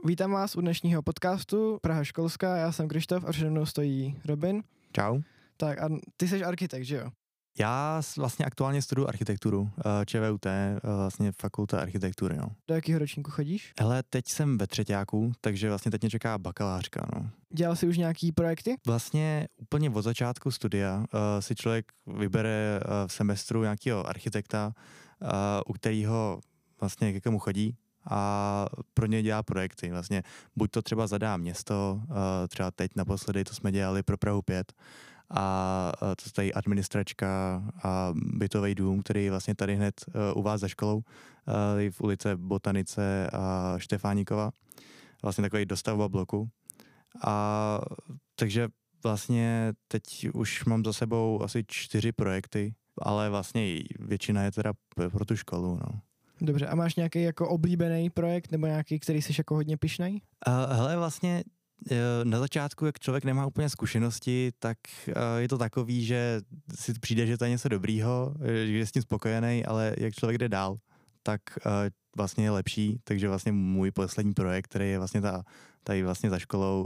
Vítám vás u dnešního podcastu Praha školská, já jsem Krištof a přede mnou stojí Robin. Čau. Tak a ty jsi architekt, že jo? Já vlastně aktuálně studuju architekturu, ČVUT, vlastně fakulta architektury, no. Do jakého ročníku chodíš? Hele, teď jsem ve třeťáku, takže vlastně teď mě čeká bakalářka, no. Dělal jsi už nějaký projekty? Vlastně úplně od začátku studia si člověk vybere v semestru nějakého architekta, u kterého vlastně ke komu chodí a pro ně dělá projekty. Vlastně buď to třeba zadá město, třeba teď naposledy to jsme dělali pro Prahu 5, a to je tady administračka a bytový dům, který je vlastně tady hned u vás za školou, v ulice Botanice a Štefánikova. Vlastně takový dostavba bloku. A takže vlastně teď už mám za sebou asi 4 projekty, ale vlastně většina je teda pro tu školu, no. Dobře, a máš nějaký jako oblíbený projekt nebo nějaký, který jsi jako hodně pyšnej? Hele, vlastně na začátku, jak člověk nemá úplně zkušenosti, tak je to takový, že si přijde, že to je něco dobrýho, že je s tím spokojený, ale jak člověk jde dál, tak vlastně je lepší. Takže vlastně můj poslední projekt, který je vlastně tady vlastně za školou,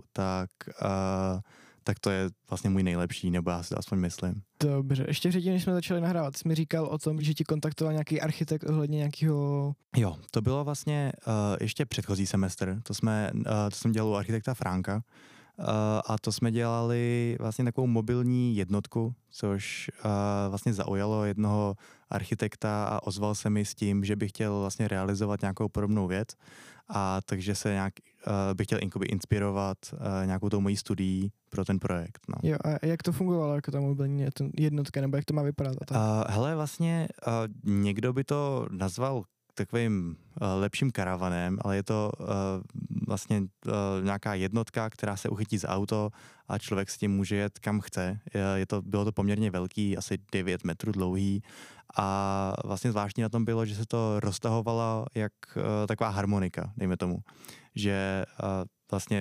tak to je vlastně můj nejlepší, nebo já si to aspoň myslím. Dobře, ještě předtím, než jsme začali nahrávat, jsi mi říkal o tom, že ti kontaktoval nějaký architekt ohledně nějakého... Jo, to bylo vlastně ještě předchozí semestr, to jsem dělal u architekta Franka, a to jsme dělali vlastně takovou mobilní jednotku, což vlastně zaujalo jednoho architekta a ozval se mi s tím, že by chtěl vlastně realizovat nějakou podobnou věc, a takže se bych chtěl inspirovat nějakou tou mojí studií pro ten projekt. No. Jo, a jak to fungovalo, jako ta mobilní jednotka, nebo jak to má vypadat? Hele, vlastně někdo by to nazval takovým lepším karavanem, ale je to vlastně nějaká jednotka, která se uchytí z auto a člověk s tím může jet kam chce. Bylo to poměrně velký, asi 9 metrů dlouhý, a vlastně zvláštní na tom bylo, že se to roztahovalo jak taková harmonika, dejme tomu. Že vlastně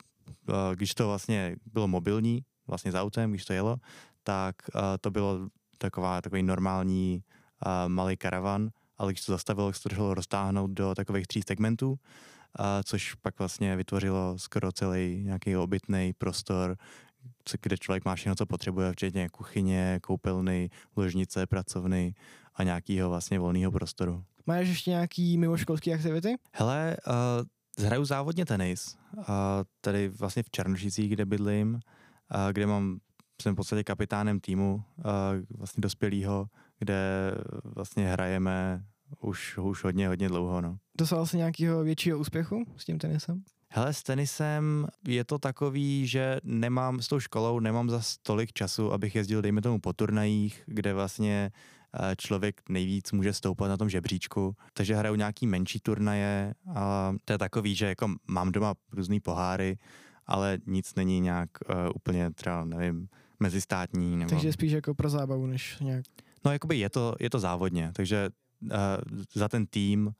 když to vlastně bylo mobilní, vlastně s autem, když to jelo, tak to bylo takový normální malý karavan, ale když to zastavilo, se to šlo roztáhnout do takových 3 segmentů, což pak vlastně vytvořilo skoro celý nějaký obytný prostor, kde člověk má všechno, co potřebuje, včetně kuchyně, koupelny, ložnice, pracovny a nějakého vlastně volného prostoru. Máš ještě nějaký mimoškolský aktivity? Hele, hraju závodně tenis, tady vlastně v Černošicích, kde bydlím, kde jsem v podstatě kapitánem týmu, vlastně dospělýho, kde vlastně hrajeme už hodně dlouho, no. Dosáhl jsi nějakého většího úspěchu s tím tenisem? Hele, s tenisem je to takový, že s tou školou nemám za tolik času, abych jezdil, dejme tomu, po turnajích, kde vlastně člověk nejvíc může stoupat na tom žebříčku. Takže hraju nějaký menší turnaje a to je takový, že jako mám doma různý poháry, ale nic není nějak úplně třeba, nevím, mezistátní. Nebo... Takže spíš jako pro zábavu, než nějak... No, jakoby je to závodně, takže za ten tým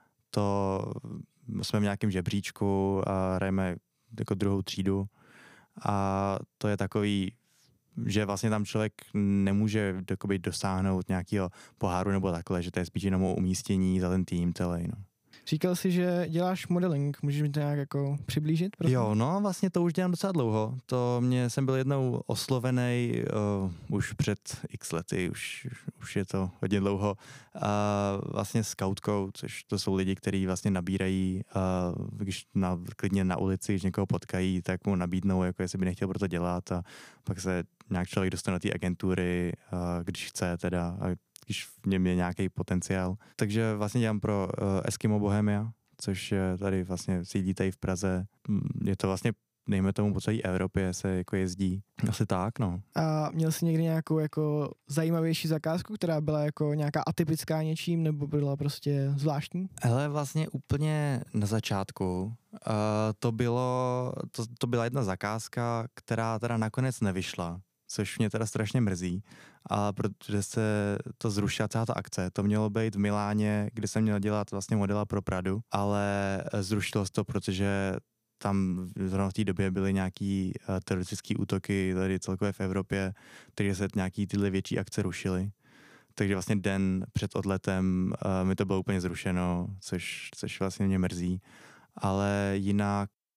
jsme v nějakém žebříčku a hrajeme jako 2. třídu, a to je takový, že vlastně tam člověk nemůže dosáhnout nějakého poháru nebo takhle, že to je spíš jenom o umístění za ten tým celý, no. Říkal jsi, že děláš modeling, můžeš mi to nějak jako přiblížit? Prosím? Jo, no vlastně to už dělám docela dlouho. Jsem byl jednou oslovený už před x lety, už je to hodně dlouho, vlastně scoutkou, což to jsou lidi, kteří vlastně nabírají, když klidně na ulici, když někoho potkají, tak mu nabídnou, jako jestli by nechtěl pro to dělat, a pak se nějak člověk dostane do té agentury, když chce teda, když v něm je nějaký potenciál. Takže vlastně dělám pro Eskimo Bohemia, což je tady vlastně sídlí tady v Praze. Je to vlastně, dejme tomu, po celé Evropě se jako jezdí. Asi tak, no. A měl jsi někdy nějakou jako zajímavější zakázku, která byla jako nějaká atypická něčím, nebo byla prostě zvláštní? Hele, vlastně úplně na začátku to byla jedna zakázka, která teda nakonec nevyšla, což mě teda strašně mrzí, ale protože se to zrušila celá ta akce. To mělo být v Miláně, kde jsem měl dělat vlastně modela pro Pradu, ale zrušilo se to, protože tam zrovna v té době byly nějaký teroristické útoky tady celkově v Evropě, takže se nějaký tyhle větší akce rušily. Takže vlastně den před odletem mi to bylo úplně zrušeno, což vlastně mě mrzí. Ale jinak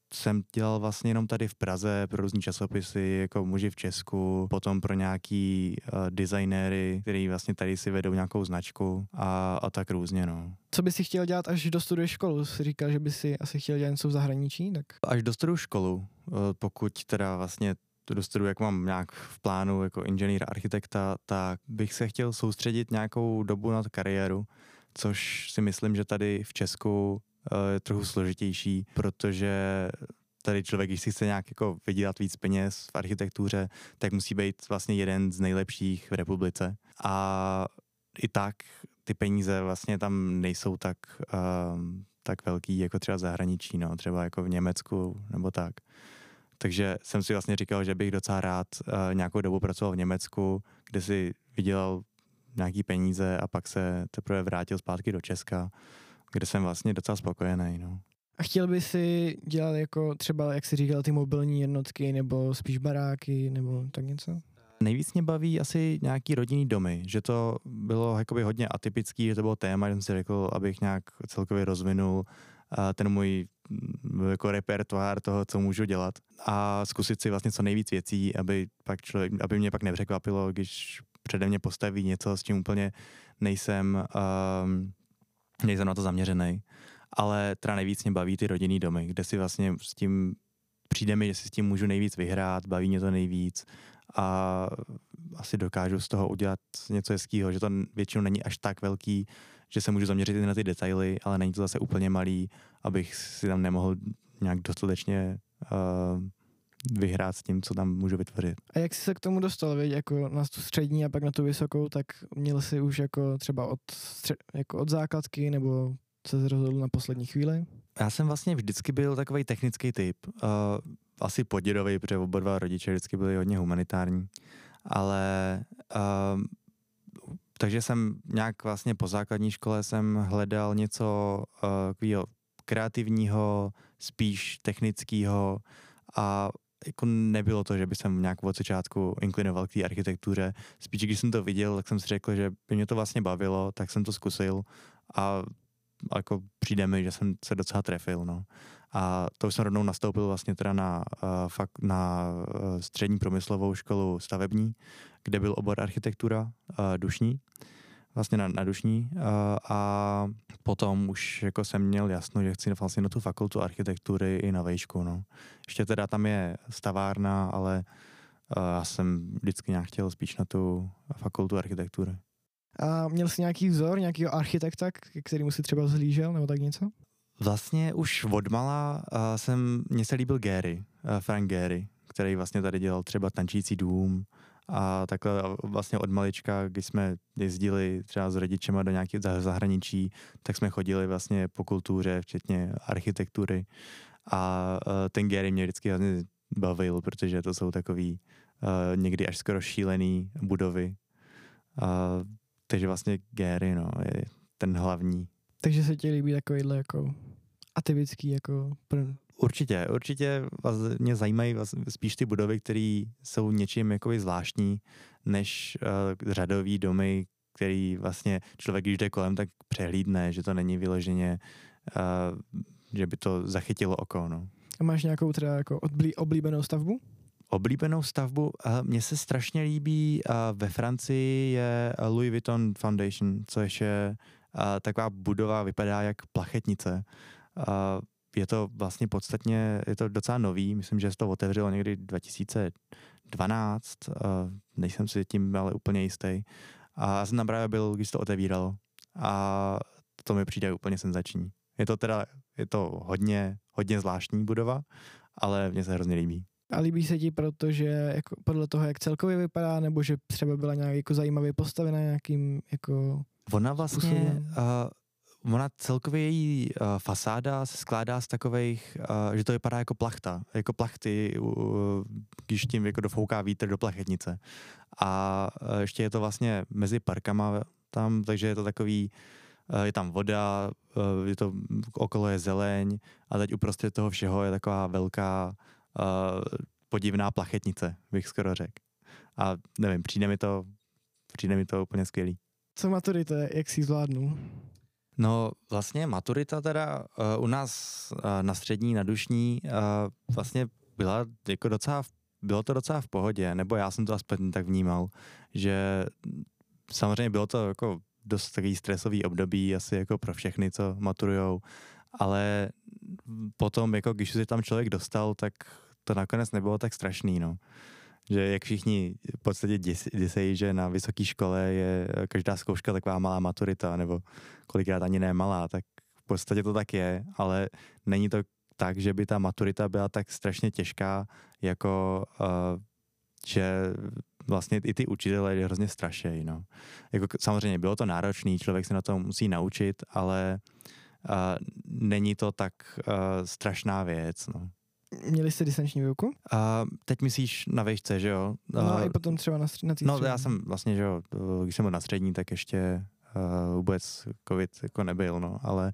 jsem dělal vlastně jenom tady v Praze pro různý časopisy, jako Muži v Česku, potom pro nějaký designéry, který vlastně tady si vedou nějakou značku a tak různě, no. Co bys si chtěl dělat, až dostuduješ školu? Jsi říkal, že bys si asi chtěl dělat něco v zahraničí, tak? Až dostuduju školu, pokud teda vlastně to dostuduju, jak mám nějak v plánu jako inženýr architekta, tak bych se chtěl soustředit nějakou dobu na kariéru, což si myslím, že tady v Česku je trochu složitější, protože tady člověk, když si chce nějak jako vydělat víc peněz v architektuře, tak musí být vlastně jeden z nejlepších v republice. A i tak ty peníze vlastně tam nejsou tak velký jako třeba v zahraničí, no, třeba jako v Německu nebo tak. Takže jsem si vlastně říkal, že bych docela rád nějakou dobu pracoval v Německu, kde si vydělal nějaký peníze a pak se teprve vrátil zpátky do Česka, kde jsem vlastně docela spokojený, no. A chtěl by si dělat jako třeba, jak jsi říkal, ty mobilní jednotky, nebo spíš baráky, nebo tak něco? Nejvíc mě baví asi nějaký rodinný domy, že to bylo jakoby hodně atypický, že to bylo téma, že jsem si řekl, abych nějak celkově rozvinul ten můj jako repertoár toho, co můžu dělat a zkusit si vlastně co nejvíc věcí, aby mě pak nepřekvapilo, když přede mě postaví něco, s čím úplně nejsem na to zaměřený. Ale teda nejvíc mě baví ty rodinný domy, kde si vlastně s tím přijde mi, že si s tím můžu nejvíc vyhrát, baví mě to nejvíc a asi dokážu z toho udělat něco hezkýho, že to většinou není až tak velký, že se můžu zaměřit i na ty detaily, ale není to zase úplně malý, abych si tam nemohl nějak dostatečně vyhrát s tím, co tam můžu vytvořit. A jak jsi se k tomu dostal, věď, jako na tu střední a pak na tu vysokou, tak měl jsi už jako třeba od základky, nebo se rozhodl na poslední chvíli? Já jsem vlastně vždycky byl takový technický typ. Asi podědový, protože oba dva rodiče vždycky byli hodně humanitární. Ale takže jsem nějak vlastně po základní škole jsem hledal něco takového kreativního, spíš technického a jako nebylo to, že by jsem nějak od začátku inklinoval k té architektuře. Spíš, když jsem to viděl, tak jsem si řekl, že by mě to vlastně bavilo, tak jsem to zkusil a jako přijde mi, že jsem se docela trefil, no. A to už jsem rovnou nastoupil vlastně teda na střední průmyslovou školu stavební, kde byl obor architektura dušní, vlastně na dušní a potom už jako jsem měl jasno, že chci vlastně na tu fakultu architektury i na vejšku, no. Ještě teda tam je stavárna, ale já jsem vždycky nějak chtěl spíš na tu fakultu architektury. A měl jsi nějaký vzor, nějakýho architekta, kterýmu si třeba vzhlížel, nebo tak něco? Vlastně už odmala mně se líbil Gehry, Frank Gehry, který vlastně tady dělal třeba Tančící dům a takhle vlastně od malička, když jsme jezdili třeba s rodičema do nějakého zahraničí, tak jsme chodili vlastně po kultuře, včetně architektury a ten Gehry mě vždycky vlastně bavil, protože to jsou takový někdy až skoro šílený budovy. Takže vlastně Gehry, no, je ten hlavní. Takže se ti líbí takovýhle jako atypický jako... Určitě mě zajímají spíš ty budovy, které jsou něčím jakoby zvláštní, než řadový domy, který vlastně člověk, když jde kolem, tak přehlídne, že to není vyloženě, že by to zachytilo oko, no. A máš nějakou třeba jako oblíbenou stavbu? Oblíbenou stavbu? Mně se strašně líbí, ve Francii je Louis Vuitton Foundation, což je taková budova, vypadá jak plachetnice. Je to vlastně podstatně, je to docela nový, myslím, že se to otevřelo někdy 2012, nejsem si tím ale úplně jistý. A já jsem tam právě byl, když to otevíralo a to mi přijde úplně senzační. Je to hodně zvláštní budova, ale mně se hrozně líbí. A líbí se ti, protože jako podle toho, jak celkově vypadá, nebo že třeba byla nějak jako zajímavě postavena nějakým jako Ona vlastně, ona celkově její fasáda se skládá z takových, že to vypadá jako plachta, jako plachty, když tím jako dofouká vítr do plachetnice. A ještě je to vlastně mezi parkama tam, takže je to takový, je tam voda, okolo je zeleň a teď uprostřed toho všeho je taková velká podivná plachetnice, bych skoro řekl. A nevím, přijde mi to úplně skvělý. Co maturita, jak jsi zvládnul? No vlastně maturita teda u nás na střední, na Dušní vlastně byla jako bylo to docela v pohodě, nebo já jsem to aspoň tak vnímal, že samozřejmě bylo to jako dost takový stresový období asi jako pro všechny, co maturujou, ale potom, jako když se tam člověk dostal, tak to nakonec nebylo tak strašný, no. Že jak všichni v podstatě děsejí, že na vysoké škole je každá zkouška taková malá maturita, nebo kolikrát ani ne malá, tak v podstatě to tak je, ale není to tak, že by ta maturita byla tak strašně těžká, jako že vlastně i ty učitelé je hrozně strašejí, no. Jako samozřejmě bylo to náročný, člověk se na to musí naučit, ale není to tak strašná věc, no. Měli jste distanční výuku? Teď myslíš na vejšce, že jo? No i potom třeba na té No já jsem vlastně, že jo, když jsem byl na střední, tak ještě vůbec covid jako nebyl, no, ale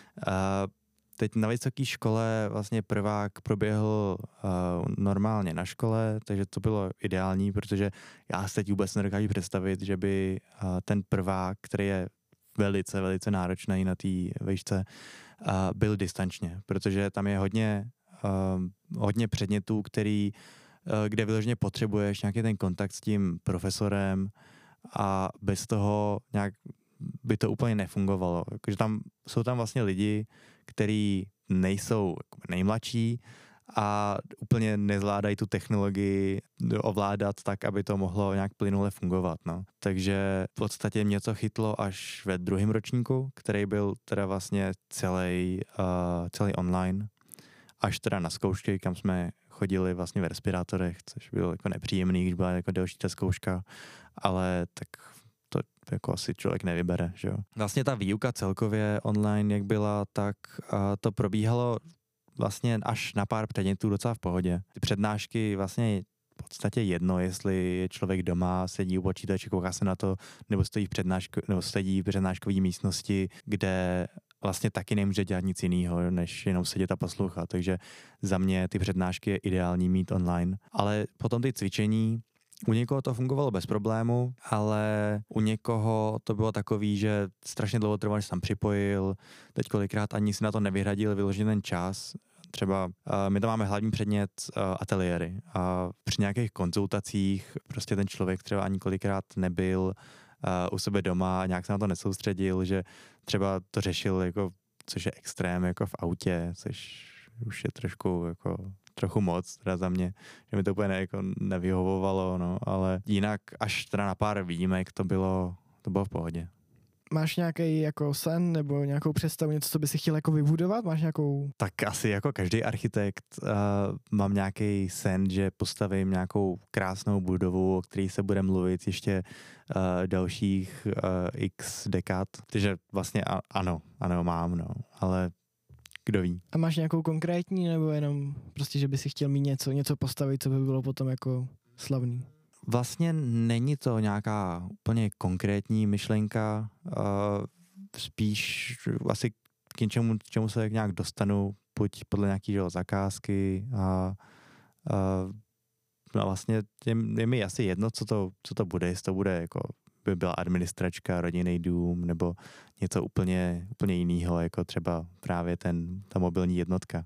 teď na vysoké škole vlastně prvák proběhl normálně na škole, takže to bylo ideální, protože já si teď vůbec nedokážu představit, že by ten prvák, který je velice, velice náročný na té vejšce, byl distančně, protože tam je hodně předmětů, kde vyloženě potřebuješ nějaký ten kontakt s tím profesorem a bez toho nějak by to úplně nefungovalo. Jakože jsou tam vlastně lidi, kteří nejsou nejmladší a úplně nezvládají tu technologii ovládat tak, aby to mohlo nějak plynule fungovat. No. Takže v podstatě mě to chytlo až ve 2. ročníku, který byl teda vlastně celý online, až teda na zkoušky, kam jsme chodili vlastně v respirátorech, což bylo jako nepříjemný, když byla jako delší ta zkouška, ale tak to jako asi člověk nevybere, že jo. Vlastně ta výuka celkově online, jak byla, tak to probíhalo vlastně až na pár předmětů docela v pohodě. Ty přednášky vlastně v podstatě jedno, jestli je člověk doma, sedí u počítače, kouká se na to, nebo sedí v přednáškové místnosti, kde vlastně taky nemůže dělat nic jiného, než jenom sedět a poslouchat. Takže za mě ty přednášky je ideální mít online. Ale potom ty cvičení, u někoho to fungovalo bez problému, ale u někoho to bylo takový, že strašně dlouho trvalo, než se tam připojil, teď kolikrát ani si na to nevyhradil vyložený ten čas. Třeba my tam máme hlavní předmět ateliéry a při nějakých konzultacích prostě ten člověk třeba ani kolikrát nebyl u sebe doma a nějak se na to nesoustředil, že třeba to řešil, jako, což je extrém jako v autě, což už je trochu moc teda za mě, že mi to úplně nevyhovovalo, no, ale jinak až teda na pár výjimek to bylo v pohodě. Máš nějaký jako sen nebo nějakou představu, něco, co by si chtěl jako vybudovat? Máš nějakou... Tak asi jako každý architekt mám nějaký sen, že postavím nějakou krásnou budovu, o který se bude mluvit ještě dalších x dekád. Takže vlastně ano, mám, no, ale kdo ví. A máš nějakou konkrétní, nebo jenom prostě, že by si chtěl mít něco postavit, co by bylo potom jako slavný? Vlastně není to nějaká úplně konkrétní myšlenka, spíš asi k něčemu, čemu se nějak dostanu, buď podle nějaký zakázky a vlastně je mi asi jedno, co to bude, jestli to bude jako by byla administračka, rodinný dům nebo něco úplně jiného, jako třeba právě ta mobilní jednotka.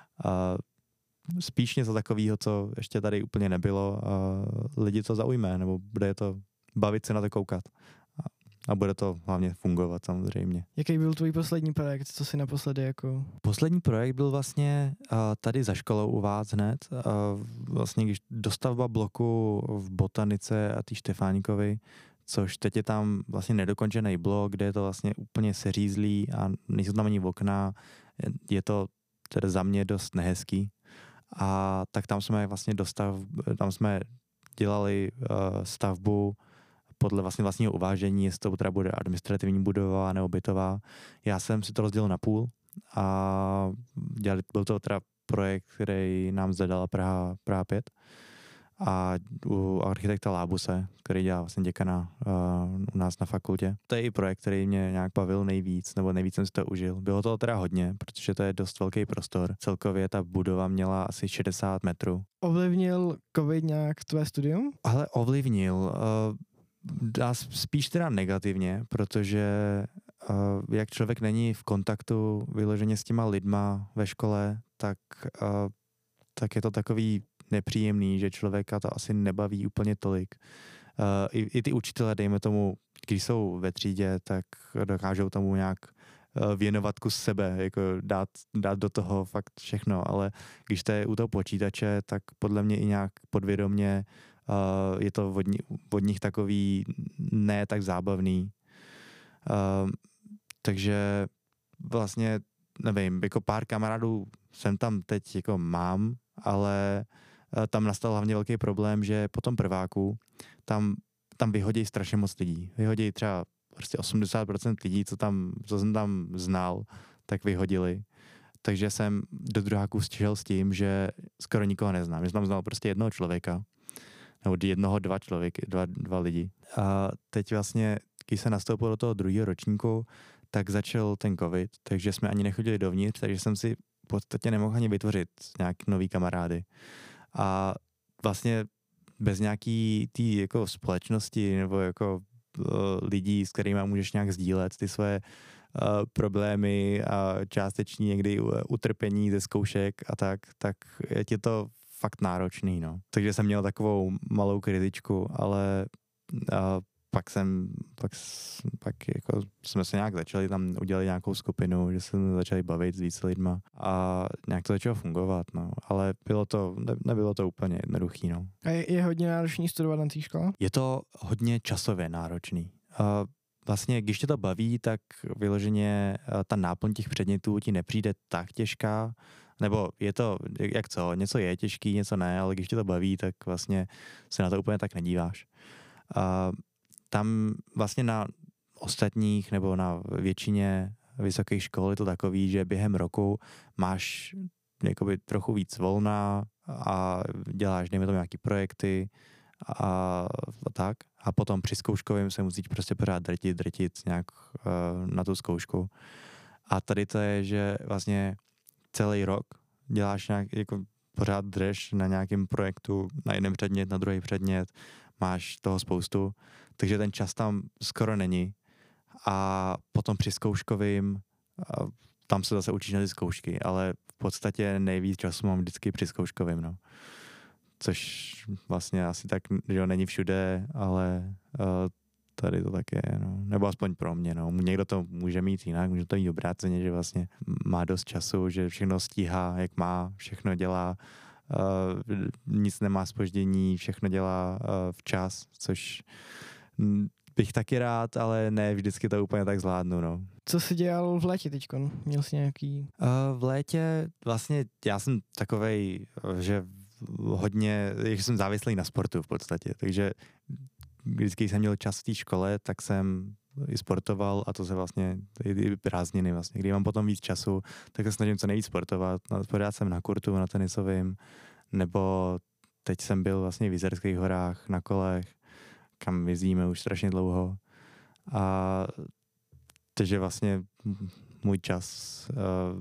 Spíš něco takového, co ještě tady úplně nebylo a lidi to zaujme, nebo bude to bavit se na to koukat. A bude to hlavně fungovat samozřejmě. Jaký byl tvůj poslední projekt, co jsi naposledy jako... Poslední projekt byl vlastně tady za školou u vás hned. Vlastně když dostavba bloku v Botanice a té Štefánikovi, což teď je tam vlastně nedokončený blok, kde je to vlastně úplně seřízlý a nejsou tam ani okna. Je to teda za mě dost nehezký. A tak tam jsme vlastně tam jsme dělali stavbu podle vlastně vlastního uvážení, jestli to teda bude administrativní budova nebo bytová. Já jsem si to rozdělil na půl a byl to teda projekt, který nám zadala Praha 5 a u architekta Lábuse, který dělá vlastně děkana u nás na fakultě. To je i projekt, který mě nějak bavil nejvíc, nebo nejvíc jsem si to užil. Bylo to teda hodně, protože to je dost velký prostor. Celkově ta budova měla asi 60 metrů. Ovlivnil covid nějak tvé studium? Ale ovlivnil. Spíš teda negativně, protože jak člověk není v kontaktu vyloženě s těma lidma ve škole, tak je to takový nepříjemný, že člověka to asi nebaví úplně tolik. I ty učitelé, dejme tomu, když jsou ve třídě, tak dokážou tomu nějak věnovat kus sebe, jako dát do toho fakt všechno, ale když to je u toho počítače, tak podle mě i nějak podvědomě je to od nich takový ne tak zábavný. Takže vlastně, nevím, jako pár kamarádů jsem tam teď jako mám, ale tam nastal hlavně velký problém, že po tom prváku tam vyhodí strašně moc lidí. Vyhodí třeba prostě 80% lidí, co jsem tam znal, tak vyhodili. Takže jsem do druháku stěžil s tím, že skoro nikoho neznám. Že jsem tam znal prostě jednoho člověka, nebo dva lidi. A teď vlastně, když se nastoupil do toho druhého ročníku, tak začal ten covid, takže jsme ani nechodili dovnitř, takže jsem si v podstatě nemohl ani vytvořit nějak nový kamarády. A vlastně bez nějaký tý jako společnosti nebo jako lidí, s kterými můžeš nějak sdílet ty svoje problémy a částečně někdy utrpení ze zkoušek a tak je ti to fakt náročný, no. Takže jsem měl takovou malou kritičku, ale pak jako jsme se nějak začali tam udělat nějakou skupinu, že jsme začali bavit s více lidma a nějak to začalo fungovat, no. Ale nebylo to úplně jednoduchý, no. A je hodně náročný studovat na té škole? Je to hodně časově náročný. Vlastně, když tě to baví, tak vyloženě ta náplň těch předmětů ti nepřijde tak těžká, nebo je to, jak co, něco je těžký, něco ne, ale když tě to baví, tak vlastně se na to úplně tak nedíváš. Tam vlastně na ostatních nebo na většině vysokých škol je to takový, že během roku máš jakoby trochu víc volna a děláš, dejme tomu, nějaký projekty a tak. A potom při zkouškovém se musíš prostě pořád drtit nějak na tu zkoušku. A tady to je, že vlastně celý rok děláš nějak, jako pořád drž na nějakém projektu, na jeden předmět, na druhý předmět, máš toho spoustu, takže ten čas tam skoro není. A potom při zkouškovým, tam se zase učíš na ty zkoušky, ale v podstatě nejvíc času mám vždycky při zkouškovým, no. Což vlastně asi tak, že není všude, ale tady to tak je, no. Nebo aspoň pro mě, no. Někdo to může mít jinak, může to mít obráceně, že vlastně má dost času, že všechno stíhá, jak má, všechno dělá, nic nemá zpoždění, všechno dělá včas, což bych taky rád, ale ne vždycky to úplně tak zvládnu, no. Co jsi dělal v létě teďkon? Měl jsi nějaký... V létě vlastně já jsem takovej, že hodně, že jsem závislý na sportu v podstatě, takže vždycky jsem měl čas v té škole, tak jsem i sportoval a to se vlastně, i prázdniny vlastně, kdy mám potom víc času, tak se snažím co nejvíc sportovat. Pořád jsem na kurtu, na tenisovém, nebo teď jsem byl vlastně v Jizerských horách na kolech, kam jezdíme už strašně dlouho. A takže vlastně můj čas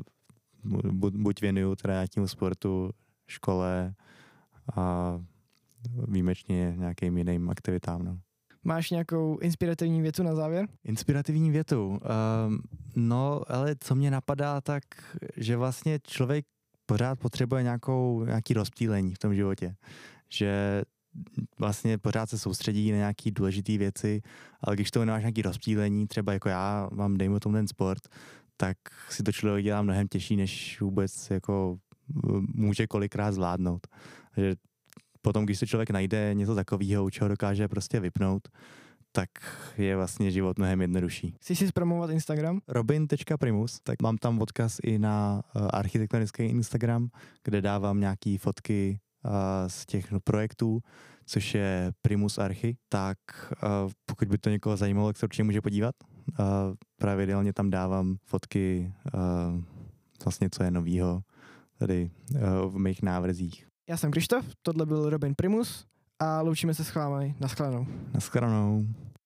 buď věnuju teda nějakému sportu, škole a výjimečně nějakým jiným aktivitám. No. Máš nějakou inspirativní větu na závěr? Inspirativní větu? No, ale co mě napadá, tak, že vlastně člověk pořád potřebuje nějaký rozptýlení v tom životě. Že vlastně pořád se soustředí na nějaký důležitý věci, ale když to nemáš nějaký rozptýlení, třeba jako já mám, dejme tomu ten sport, tak si to člověk dělá mnohem těžší, než vůbec jako může kolikrát zvládnout. Že potom, když se člověk najde něco takového, u čeho dokáže prostě vypnout, tak je vlastně život mnohem jednodušší. Chci si zpromovat Instagram? Robin.primus, tak mám tam odkaz i na architektonický Instagram, kde dávám nějaký fotky z těch projektů, což je Primus Archy, tak pokud by to někoho zajímalo, tak se určitě může podívat. Pravidelně tam dávám fotky vlastně, co je novýho tady v mých návrzích. Já jsem Krištof, tohle byl Robin Primus a loučíme se s vámi. Naschledanou. Naschledanou.